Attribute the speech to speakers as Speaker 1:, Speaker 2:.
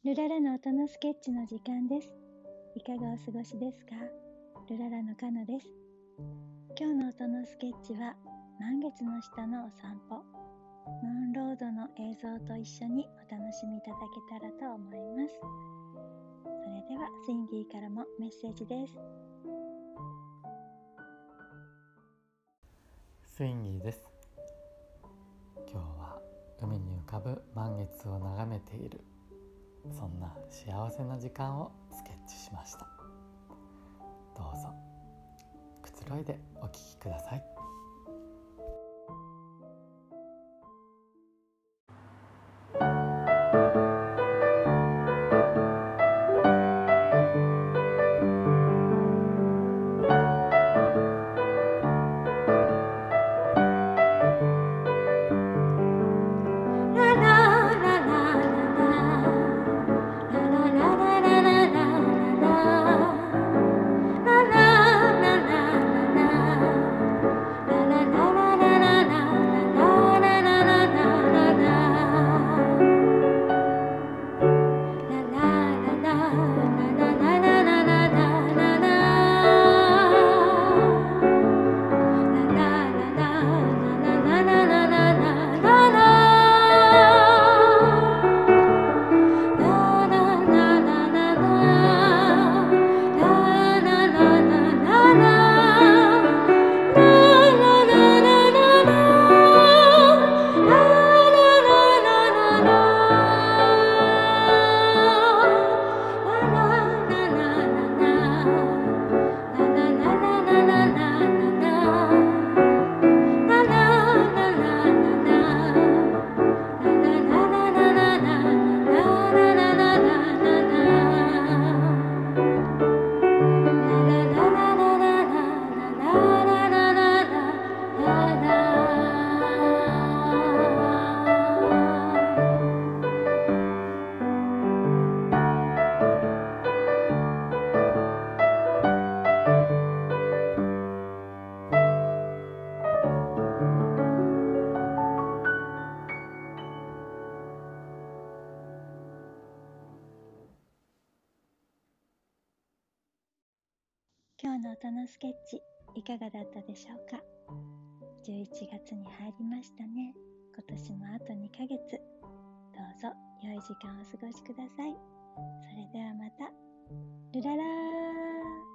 Speaker 1: ルララの音のスケッチの時間です。いかがお過ごしですか？ルララのカノです。今日の音のスケッチは満月の下のお散歩、ムーンロードの映像と一緒にお楽しみいただけたらと思います。それではスインギーからもメッセージです。
Speaker 2: スインギーです。今日は海に浮かぶ満月を眺めている、そんな幸せな時間をスケッチしました。どうぞくつろいでお聞きください。
Speaker 1: 今日の音のスケッチいかがだったでしょうか？11月に入りましたね。今年もあと2ヶ月、どうぞ良い時間をお過ごしください。それではまた。ルララー。